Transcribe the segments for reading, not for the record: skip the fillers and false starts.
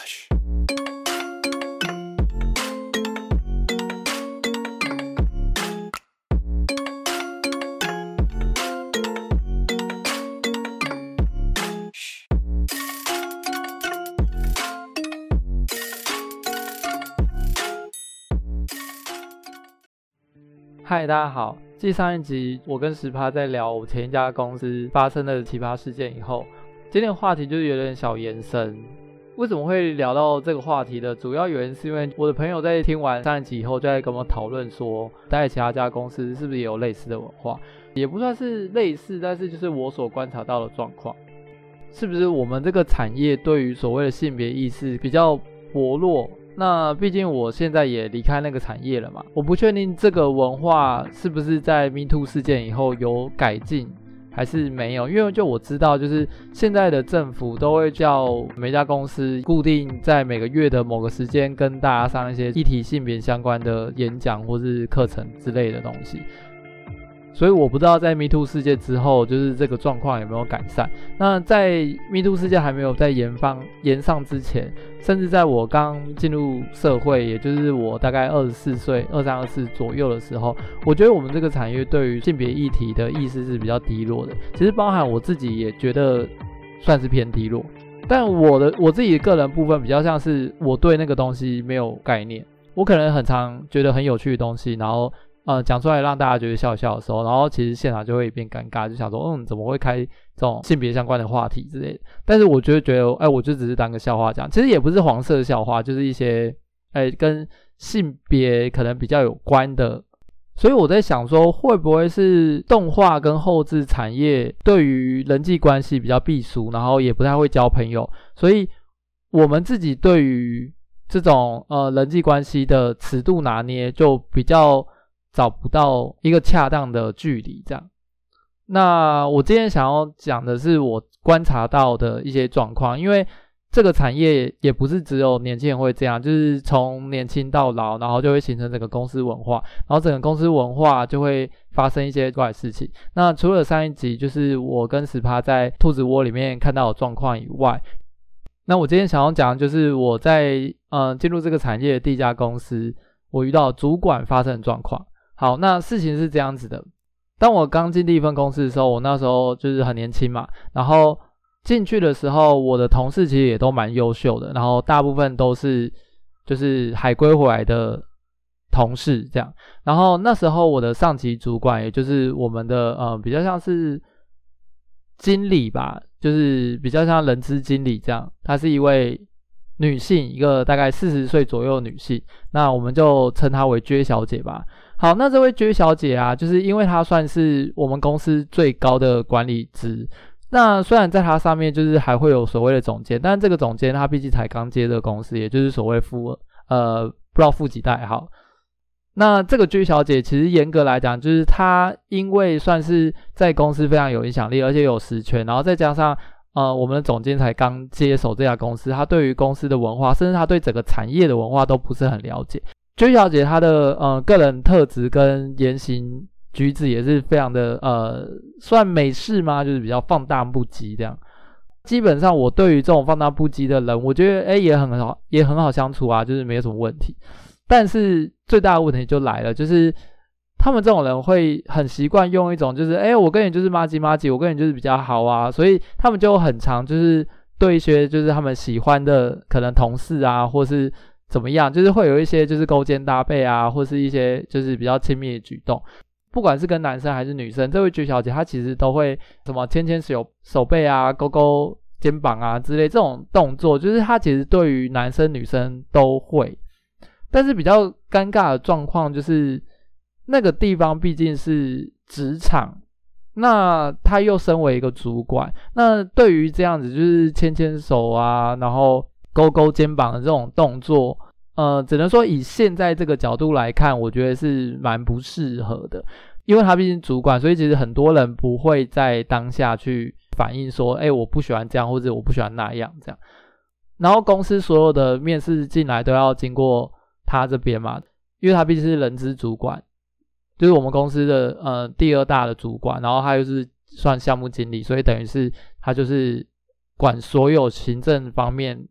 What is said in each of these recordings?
嗨，大家好。继上一集我跟10%在聊我前一家公司发生的奇葩事件以后，今天的话题就是有点小延伸。为什么会聊到这个话题的主要原因是因为我的朋友在听完上一集以后就在跟我讨论说，待在其他家公司是不是也有类似的文化，也不算是类似，但是就是我所观察到的状况，是不是我们这个产业对于所谓的性别意识比较薄弱。那毕竟我现在也离开那个产业了嘛，我不确定这个文化是不是在 MeToo 事件以后有改进还是没有，因为就我知道就是现在的政府都会叫每家公司固定在每个月的某个时间跟大家上一些议题性别相关的演讲或是课程之类的东西，所以我不知道在 MeToo 事件之后就是这个状况有没有改善。那在 MeToo 事件还没有在延上之前，甚至在我刚进入社会，也就是我大概24岁23、24左右的时候，我觉得我们这个产业对于性别议题的意识是比较低落的，其实包含我自己也觉得算是偏低落，但我自己的个人部分比较像是我对那个东西没有概念，我可能很常觉得很有趣的东西，然后讲出来让大家觉得笑笑的时候，然后其实现场就会变尴尬，就想说怎么会开这种性别相关的话题之类的。但是我就觉得我就只是当个笑话讲，其实也不是黄色笑话，就是一些跟性别可能比较有关的。所以我在想说，会不会是动画跟后制产业对于人际关系比较避俗，然后也不太会交朋友，所以我们自己对于这种人际关系的尺度拿捏就比较找不到一个恰当的距离这样。那我今天想要讲的是我观察到的一些状况，因为这个产业也不是只有年轻人会这样，就是从年轻到老，然后就会形成整个公司文化，然后整个公司文化就会发生一些怪的事情。那除了上一集就是我跟10%在兔子窝里面看到的状况以外，那我今天想要讲的就是我在进入这个产业的第一家公司，我遇到主管发生的状况。好，那事情是这样子的，当我刚进第一份公司的时候，我那时候就是很年轻嘛，然后进去的时候我的同事其实也都蛮优秀的，然后大部分都是就是海归回来的同事这样。然后那时候我的上级主管也就是我们的比较像是经理吧，就是比较像人资经理这样，她是一位女性，一个大概40岁左右的女性，那我们就称她为J小姐吧。好，那这位J小姐啊，就是因为她算是我们公司最高的管理职，那虽然在她上面就是还会有所谓的总监，但这个总监她毕竟才刚接这个公司，也就是所谓不知道副几代好。那这个J小姐其实严格来讲，就是她因为算是在公司非常有影响力，而且有实权，然后再加上我们的总监才刚接手这家公司，他对于公司的文化，甚至他对整个产业的文化都不是很了解。J小姐她的个人特质跟言行举止也是非常的算美式吗？就是比较放荡不羁这样。基本上我对于这种放荡不羁的人，我觉得也很好相处啊，就是没有什么问题。但是最大的问题就来了，就是他们这种人会很习惯用一种就是我跟你就是麻吉麻吉，我跟你就是比较好啊，所以他们就很常就是对一些就是他们喜欢的可能同事啊，或是怎么样，就是会有一些就是勾肩搭背啊，或是一些就是比较亲密的举动，不管是跟男生还是女生，这位J小姐她其实都会什么牵牵手背啊，勾勾肩膀啊之类这种动作，就是她其实对于男生女生都会。但是比较尴尬的状况就是那个地方毕竟是职场，那他又身为一个主管，那对于这样子就是牵牵手啊，然后勾勾肩膀的这种动作，只能说以现在这个角度来看，我觉得是蛮不适合的。因为他毕竟主管，所以其实很多人不会在当下去反映说我不喜欢这样，或者我不喜欢那样这样。然后公司所有的面试进来都要经过他这边嘛，因为他毕竟是人资主管，就是我们公司的第2大的主管，然后他又是算项目经理，所以等于是他就是管所有行政方面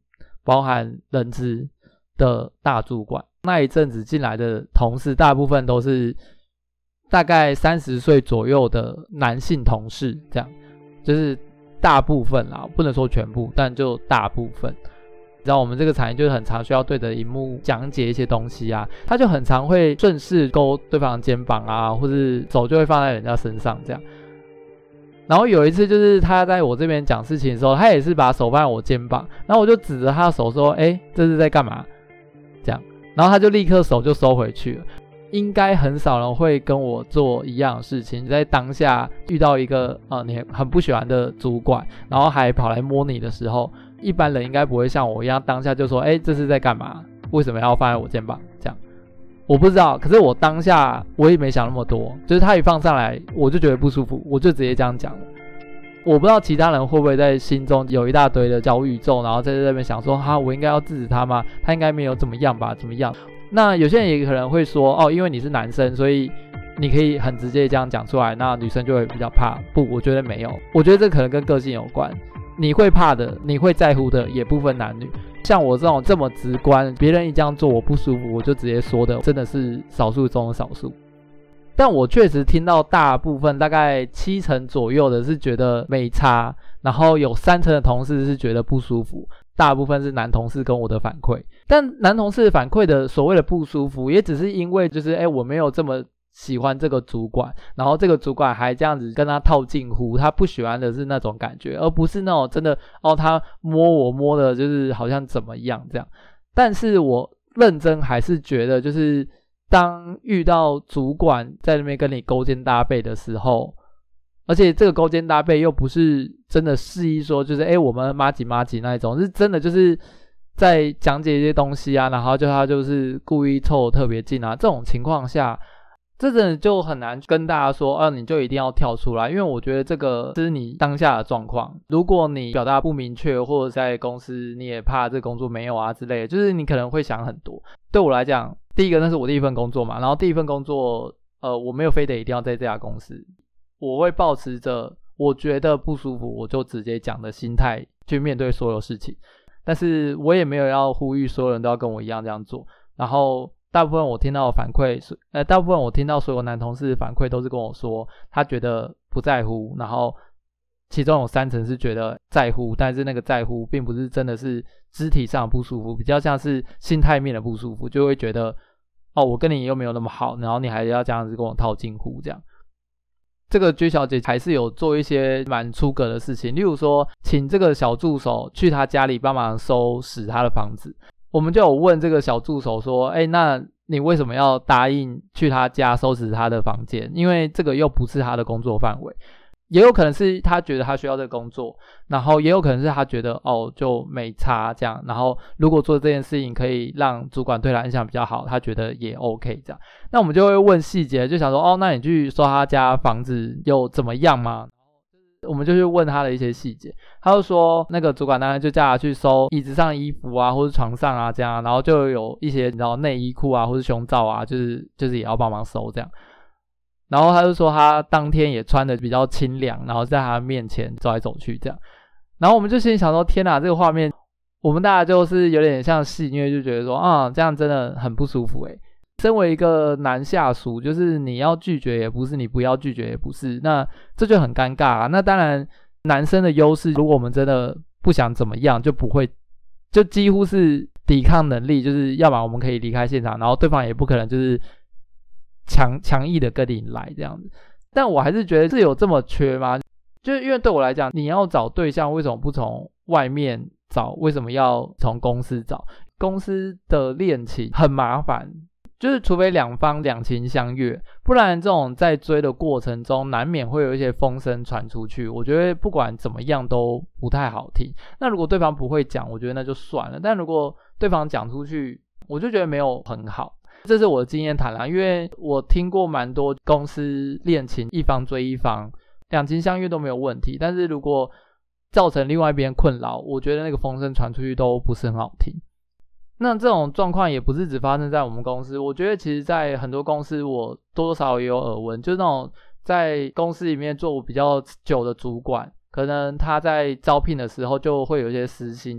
包含人资的大主管。那一阵子进来的同事大部分都是大概30岁左右的男性同事，这样就是大部分啦，不能说全部，但就大部分。你知道我们这个产业就是很常需要对着荧幕讲解一些东西啊，他就很常会顺势勾对方的肩膀啊，或是手就会放在人家身上这样。然后有一次就是他在我这边讲事情的时候，他也是把手放在我肩膀，然后我就指着他的手说这是在干嘛这样，然后他就立刻手就收回去了。应该很少人会跟我做一样的事情，在当下遇到一个你很不喜欢的主管，然后还跑来摸你的时候，一般人应该不会像我一样当下就说这是在干嘛，为什么要放在我肩膀这样。我不知道，可是我当下我也没想那么多，就是他一放上来我就觉得不舒服，我就直接这样讲了。我不知道其他人会不会在心中有一大堆的小宇宙，然后在这边想说我应该要制止他吗？他应该没有怎么样吧，怎么样。那有些人也可能会说因为你是男生，所以你可以很直接这样讲出来，那女生就会比较怕。不，我觉得没有，我觉得这可能跟个性有关。你会怕的，你会在乎的也不分男女。像我这么直观，别人一这样做我不舒服我就直接说的，真的是少数中的少数。但我确实听到大部分大概70%左右的是觉得没差，然后有3%的同事是觉得不舒服，大部分是男同事跟我的反馈。但男同事反馈的所谓的不舒服也只是因为就是我没有这么喜欢这个主管，然后这个主管还这样子跟他套近乎，他不喜欢的是那种感觉，而不是那种真的他摸我摸的就是好像怎么样这样。但是我认真还是觉得就是当遇到主管在那边跟你勾肩搭背的时候，而且这个勾肩搭背又不是真的示意说就是我们麻吉那一种，是真的就是在讲解一些东西啊，然后他就是故意凑特别近啊，这种情况下这真的就很难跟大家说你就一定要跳出来，因为我觉得这个是你当下的状况。如果你表达不明确，或者在公司你也怕这个工作没有啊之类的，就是你可能会想很多。对我来讲，第一个那是我第一份工作嘛，然后第一份工作我没有非得一定要在这家公司，我会抱持着我觉得不舒服我就直接讲的心态去面对所有事情。但是我也没有要呼吁所有人都要跟我一样这样做。然后大部分我听到的反馈大部分我听到所有男同事反馈都是跟我说他觉得不在乎，然后其中有3%是觉得在乎，但是那个在乎并不是真的是肢体上的不舒服，比较像是心态面的不舒服，就会觉得我跟你又没有那么好，然后你还要这样子跟我套近乎这样。这个J小姐还是有做一些蛮出格的事情，例如说请这个小助手去她家里帮忙收拾她的房子。我们就有问这个小助手说那你为什么要答应去她家收拾她的房间，因为这个又不是她的工作范围。也有可能是他觉得他需要这个工作，然后也有可能是他觉得就没差这样，然后如果做这件事情可以让主管对他印象比较好，他觉得也 OK 这样。那我们就会问细节，就想说那你去收他家房子有怎么样吗？我们就去问他的一些细节，他就说那个主管当然就叫他去收椅子上的衣服啊，或是床上啊这样，然后就有一些你知道内衣裤啊或是胸罩啊，就是也要帮忙收这样。然后他就说他当天也穿的比较清凉，然后在他面前走来走去这样。然后我们就心里想说天哪，这个画面我们大家就是有点像戏谑，就觉得说这样真的很不舒服身为一个男下属，就是你要拒绝也不是，你不要拒绝也不是，那这就很尴尬啊。那当然男生的优势，如果我们真的不想怎么样，就不会，就几乎是抵抗能力，就是要么我们可以离开现场，然后对方也不可能就是强硬的跟你来这样子。但我还是觉得是有这么缺吗？就是因为对我来讲，你要找对象为什么不从外面找，为什么要从公司找？公司的恋情很麻烦，就是除非两方两情相悦，不然这种在追的过程中难免会有一些风声传出去，我觉得不管怎么样都不太好听。那如果对方不会讲，我觉得那就算了，但如果对方讲出去，我就觉得没有很好。这是我的经验谈啦，因为我听过蛮多公司恋情一方追一方，两情相悦都没有问题，但是如果造成另外一边困扰，我觉得那个风声传出去都不是很好听。那这种状况也不是只发生在我们公司，我觉得其实在很多公司我多多少少也有耳闻，就是那种在公司里面做比较久的主管，可能他在招聘的时候就会有一些私心，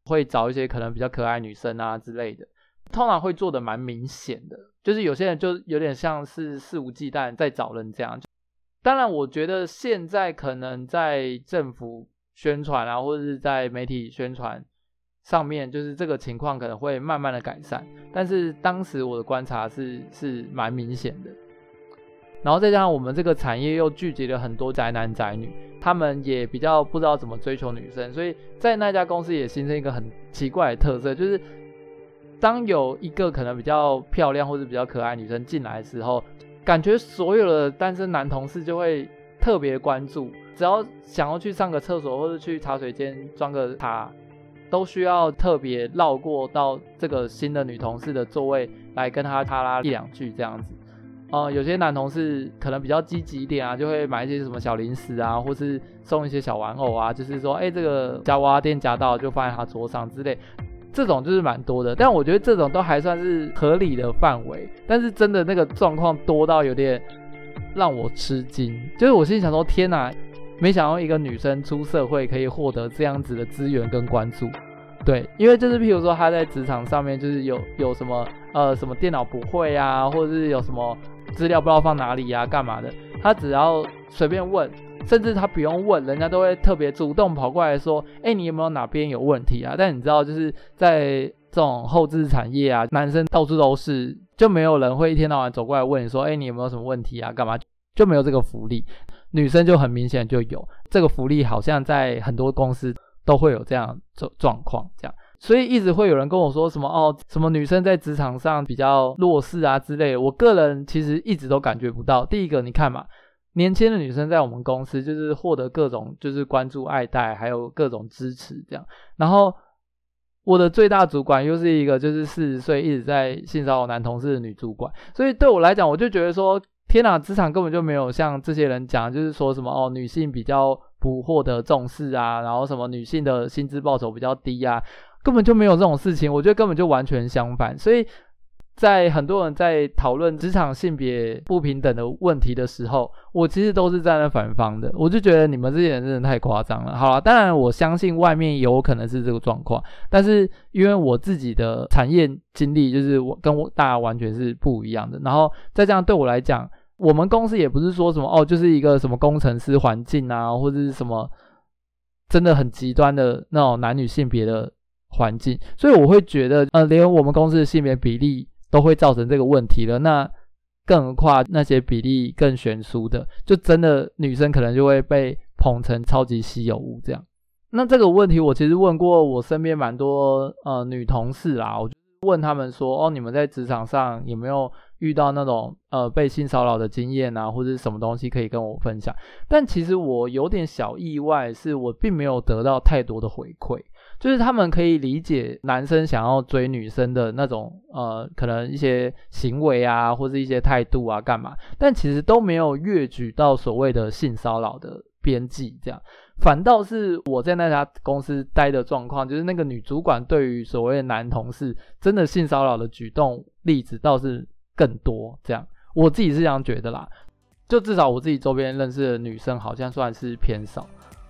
会找一些可能比较可爱女生啊之类的，通常会做的蛮明显的，就是有些人就有点像是肆无忌惮在找人这样。当然我觉得现在可能在政府宣传啊，或者是在媒体宣传上面，就是这个情况可能会慢慢的改善，但是当时我的观察是蛮明显的。然后再加上我们这个产业又聚集了很多宅男宅女，他们也比较不知道怎么追求女生，所以在那家公司也形成一个很奇怪的特色，就是当有一个可能比较漂亮或者比较可爱女生进来的时候，感觉所有的单身男同事就会特别关注，只要想要去上个厕所或者去茶水间装个茶，都需要特别绕过到这个新的女同事的座位来跟她哈拉一两句这样子。有些男同事可能比较积极一点啊，就会买一些什么小零食啊，或是送一些小玩偶啊，就是说这个夹娃娃店夹到就放在他桌上之类，这种就是蛮多的。但我觉得这种都还算是合理的范围，但是真的那个状况多到有点让我吃惊，就是我心里想说天哪，没想到一个女生出社会可以获得这样子的资源跟关注。对，因为就是譬如说她在职场上面就是有什么什么电脑不会啊，或者是有什么资料不知道放哪里啊干嘛的，她只要随便问，甚至她不用问，人家都会特别主动跑过来说你有没有哪边有问题啊。但你知道就是在这种后制产业啊，男生到处都是，就没有人会一天到晚走过来问你说你有没有什么问题啊干嘛，就没有这个福利。女生就很明显就有这个福利，好像在很多公司都会有这样的状况，这样，所以一直会有人跟我说什么什么女生在职场上比较弱势啊之类的。我个人其实一直都感觉不到。第一个，你看嘛，年轻的女生在我们公司就是获得各种就是关注爱戴，还有各种支持这样。然后我的最大主管又是一个就是40岁一直在性骚扰男同事的女主管，所以对我来讲，我就觉得说天哪，职场根本就没有像这些人讲，就是说什么女性比较不获得重视啊，然后什么女性的薪资报酬比较低啊，根本就没有这种事情。我觉得根本就完全相反。所以在很多人在讨论职场性别不平等的问题的时候，我其实都是站在反方的。我就觉得你们这些人真的太夸张了。好啦，当然我相信外面有可能是这个状况，但是因为我自己的产业经历就是跟大家完全是不一样的，然后再这样对我来讲，我们公司也不是说什么就是一个什么工程师环境啊，或者是什么真的很极端的那种男女性别的环境，所以我会觉得连我们公司的性别比例都会造成这个问题了，那更何况那些比例更悬殊的，就真的女生可能就会被捧成超级稀有物这样。那这个问题我其实问过我身边蛮多女同事啦，我就问他们说你们在职场上有没有遇到那种被性骚扰的经验啊，或者是什么东西可以跟我分享。但其实我有点小意外，是我并没有得到太多的回馈，就是他们可以理解男生想要追女生的那种可能一些行为啊，或是一些态度啊干嘛，但其实都没有越矩到所谓的性骚扰的边际这样。反倒是我在那家公司待的状况，就是那个女主管对于所谓的男同事真的性骚扰的举动例子倒是更多这样，我自己是这样觉得啦，就至少我自己周边认识的女生好像算是偏少。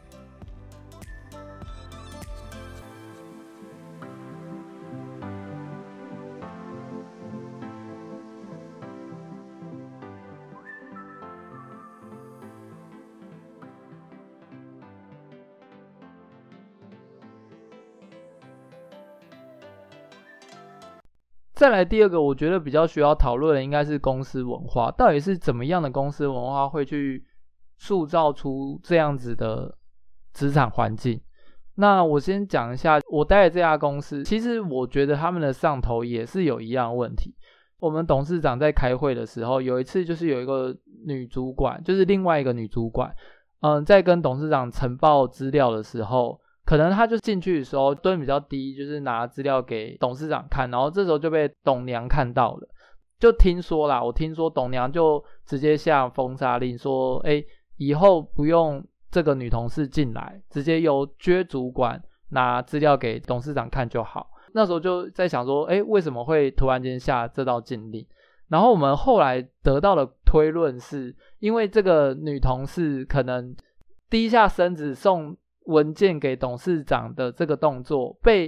再来第二个，我觉得比较需要讨论的应该是公司文化，到底是怎么样的公司文化会去塑造出这样子的职场环境。那我先讲一下我待的这家公司，其实我觉得他们的上头也是有一样的问题。我们董事长在开会的时候，有一次就是有一个女主管，就是另外一个女主管在跟董事长呈报资料的时候，可能他就进去的时候蹲比较低，就是拿资料给董事长看，然后这时候就被董娘看到了。就听说啦，我听说董娘就直接下封杀令说以后不用这个女同事进来，直接由薛主管拿资料给董事长看就好。那时候就在想说为什么会突然间下这道禁令。然后我们后来得到的推论是，因为这个女同事可能低下身子送文件给董事长的这个动作被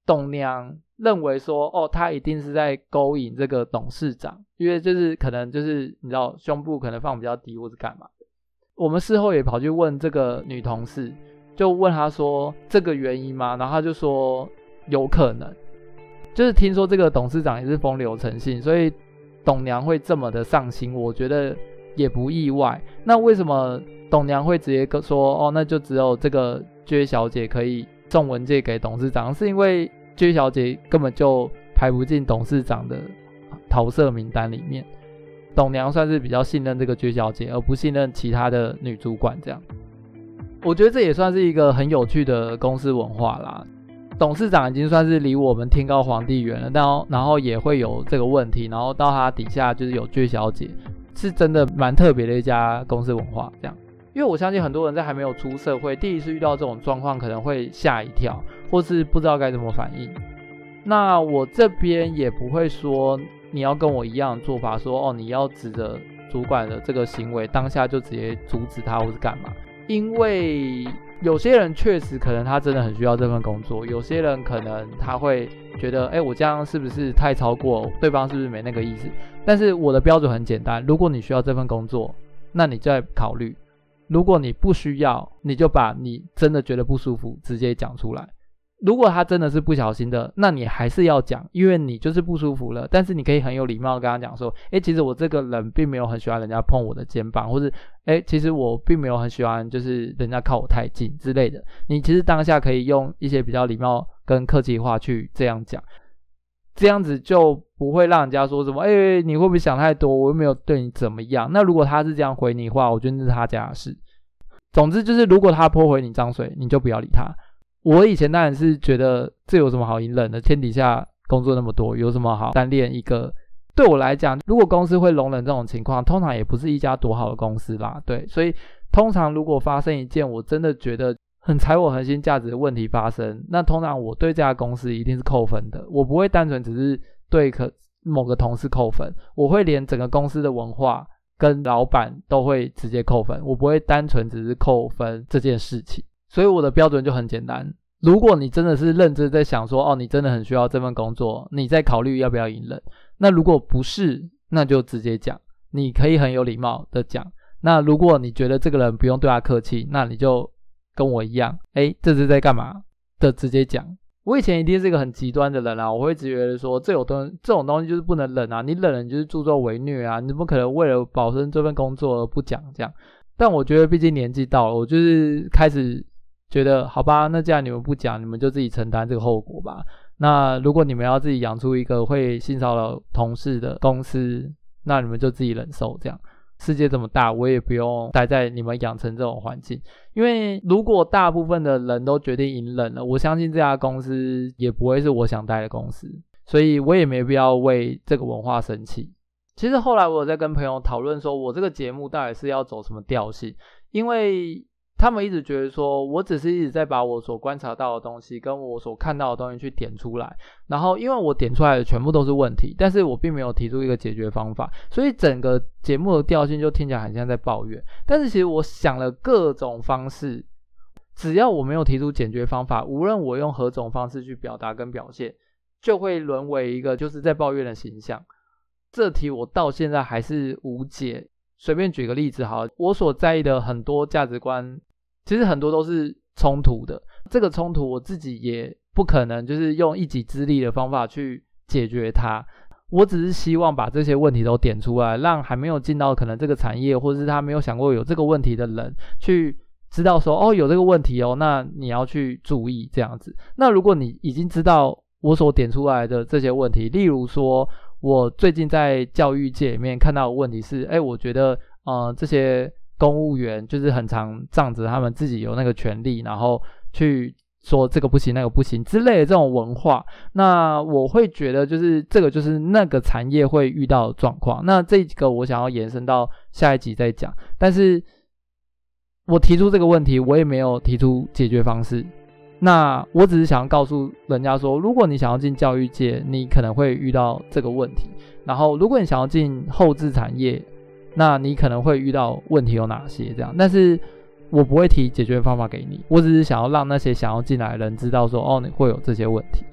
董娘认为说他一定是在勾引这个董事长，因为就是可能就是你知道胸部可能放比较低或是干嘛的。我们事后也跑去问这个女同事，就问她说这个原因吗？然后她就说有可能，就是听说这个董事长也是风流成性，所以董娘会这么的上心，我觉得也不意外。那为什么董娘会直接说那就只有这个薛小姐可以送文件给董事长？是因为薛小姐根本就排不进董事长的桃色名单里面，董娘算是比较信任这个薛小姐，而不信任其他的女主管这样。我觉得这也算是一个很有趣的公司文化啦。董事长已经算是离我们天高皇帝远了，然后也会有这个问题，然后到他底下就是有薛小姐，是真的蛮特别的一家公司文化这样。因为我相信很多人在还没有出社会，第一次遇到这种状况可能会吓一跳，或是不知道该怎么反应。那我这边也不会说你要跟我一样的做法，说你要指着主管的这个行为当下就直接阻止他或是干嘛。因为有些人确实可能他真的很需要这份工作，有些人可能他会觉得我这样是不是太超过，对方是不是没那个意思。但是我的标准很简单，如果你需要这份工作，那你再考虑，如果你不需要，你就把你真的觉得不舒服直接讲出来。如果他真的是不小心的，那你还是要讲，因为你就是不舒服了。但是你可以很有礼貌的跟他讲说其实我这个人并没有很喜欢人家碰我的肩膀，或是其实我并没有很喜欢就是人家靠我太近之类的。你其实当下可以用一些比较礼貌跟客气话去这样讲，这样子就不会让人家说什么你会不会想太多，我又没有对你怎么样。那如果他是这样回你的话，我觉得那是他家的事。总之就是如果他泼回你脏水，你就不要理他。我以前当然是觉得这有什么好隐忍的，天底下工作那么多，有什么好单恋一个。对我来讲，如果公司会容忍这种情况，通常也不是一家多好的公司啦。对，所以通常如果发生一件我真的觉得很踩我核心价值的问题发生，那通常我对这家公司一定是扣分的。我不会单纯只是对某个同事扣分，我会连整个公司的文化跟老板都会直接扣分，我不会单纯只是扣分这件事情。所以我的标准就很简单，如果你真的是认真在想说你真的很需要这份工作，你再考虑要不要隐忍。那如果不是，那就直接讲，你可以很有礼貌的讲。那如果你觉得这个人不用对他客气，那你就跟我一样这是在干嘛的直接讲。我以前一定是一个很极端的人我会直觉得说这种东西就是不能忍你忍人就是助纣为虐你怎么可能为了保证这份工作而不讲这样。但我觉得毕竟年纪到了，我就是开始觉得好吧，那既然你们不讲，你们就自己承担这个后果吧。那如果你们要自己养出一个会性骚扰同事的公司，那你们就自己忍受这样。世界这么大，我也不用待在你们养成这种环境。因为如果大部分的人都决定隐忍了，我相信这家公司也不会是我想待的公司，所以我也没必要为这个文化生气。其实后来我有在跟朋友讨论说我这个节目到底是要走什么调性，因为他们一直觉得说我只是一直在把我所观察到的东西跟我所看到的东西去点出来，然后因为我点出来的全部都是问题，但是我并没有提出一个解决方法，所以整个节目的调性就听起来很像在抱怨。但是其实我想了各种方式，只要我没有提出解决方法，无论我用何种方式去表达跟表现，就会沦为一个就是在抱怨的形象。这题我到现在还是无解。随便举个例子好了，我所在意的很多价值观其实很多都是冲突的，这个冲突我自己也不可能就是用一己之力的方法去解决它。我只是希望把这些问题都点出来，让还没有进到可能这个产业，或者是他没有想过有这个问题的人去知道说有这个问题那你要去注意这样子。那如果你已经知道我所点出来的这些问题，例如说我最近在教育界里面看到的问题是我觉得这些公务员就是很常仗着他们自己有那个权利，然后去说这个不行那个不行之类的这种文化，那我会觉得就是这个就是那个产业会遇到的状况。那这个我想要延伸到下一集再讲，但是我提出这个问题，我也没有提出解决方式。那我只是想告诉人家说，如果你想要进教育界，你可能会遇到这个问题，然后如果你想要进后制产业，那你可能会遇到问题有哪些这样。但是我不会提解决方法给你，我只是想要让那些想要进来的人知道说你会有这些问题。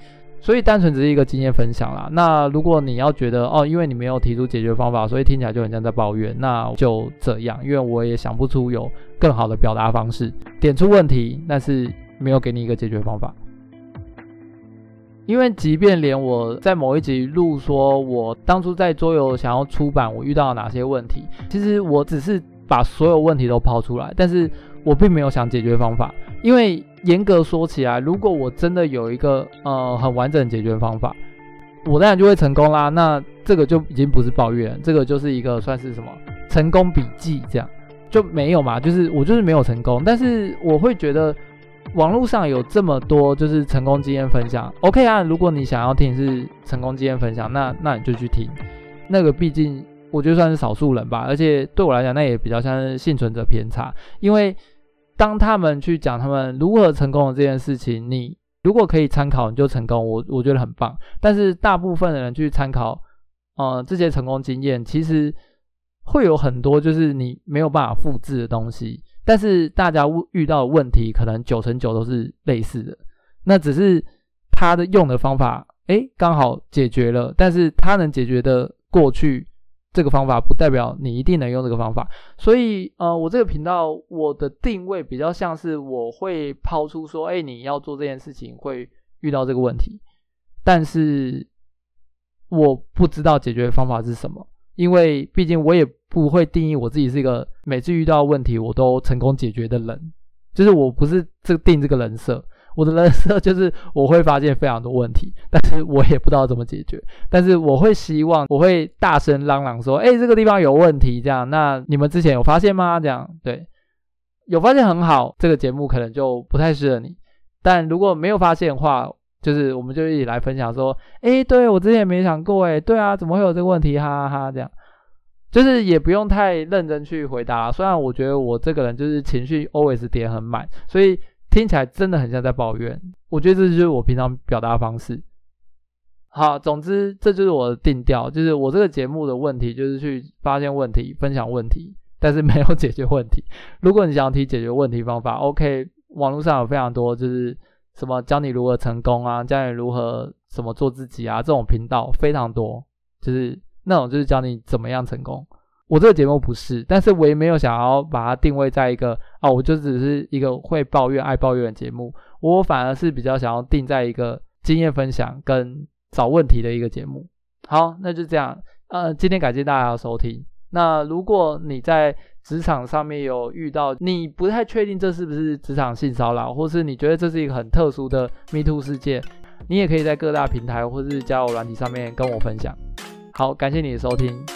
所以单纯只是一个经验分享啦。那如果你要觉得因为你没有提出解决方法，所以听起来就很像在抱怨，那就这样，因为我也想不出有更好的表达方式，点出问题，但是没有给你一个解决方法。因为即便连我在某一集录说我当初在桌游想要出版我遇到了哪些问题，其实我只是把所有问题都抛出来，但是我并没有想解决方法。因为严格说起来，如果我真的有一个很完整的解决方法，我当然就会成功啦。那这个就已经不是抱怨，这个就是一个算是什么成功笔记，这样就没有嘛，就是我就是没有成功。但是我会觉得网络上有这么多就是成功经验分享 OK 啊，如果你想要听是成功经验分享，那你就去听，那个毕竟我觉得算是少数人吧，而且对我来讲那也比较像是幸存者偏差。因为当他们去讲他们如何成功的这件事情，你如果可以参考你就成功，我觉得很棒。但是大部分的人去参考这些成功经验，其实会有很多就是你没有办法复制的东西，但是大家遇到的问题可能9成9都是类似的，那只是他的用的方法刚好解决了，但是他能解决的过去这个方法不代表你一定能用这个方法。所以我这个频道我的定位比较像是我会抛出说你要做这件事情会遇到这个问题，但是我不知道解决方法是什么，因为毕竟我也不会定义我自己是一个每次遇到问题我都成功解决的人，就是我不是定这个人设。我的人设就是我会发现非常多问题，但是我也不知道怎么解决，但是我会希望我会大声嚷嚷说这个地方有问题，这样那你们之前有发现吗？这样对，有发现很好，这个节目可能就不太适合你，但如果没有发现的话，就是我们就一起来分享说对，我之前也没想过对啊，怎么会有这个问题，哈哈哈，这样就是也不用太认真去回答啦。虽然我觉得我这个人就是情绪 always 点很满，所以听起来真的很像在抱怨，我觉得这就是我平常表达的方式。好，总之这就是我的定调，就是我这个节目的问题就是去发现问题，分享问题，但是没有解决问题。如果你想提解决问题方法 OK， 网络上有非常多就是什么教你如何成功啊，教你如何什么做自己啊，这种频道非常多，就是那种就是教你怎么样成功。我这个节目不是，但是我也没有想要把它定位在一个我就只是一个会抱怨爱抱怨的节目，我反而是比较想要定在一个经验分享跟找问题的一个节目。好，那就这样今天感谢大家的收听。那如果你在职场上面有遇到你不太确定这是不是职场性骚扰，或是你觉得这是一个很特殊的 Me Too 事件，你也可以在各大平台或是交友软体上面跟我分享。好，感谢你的收听。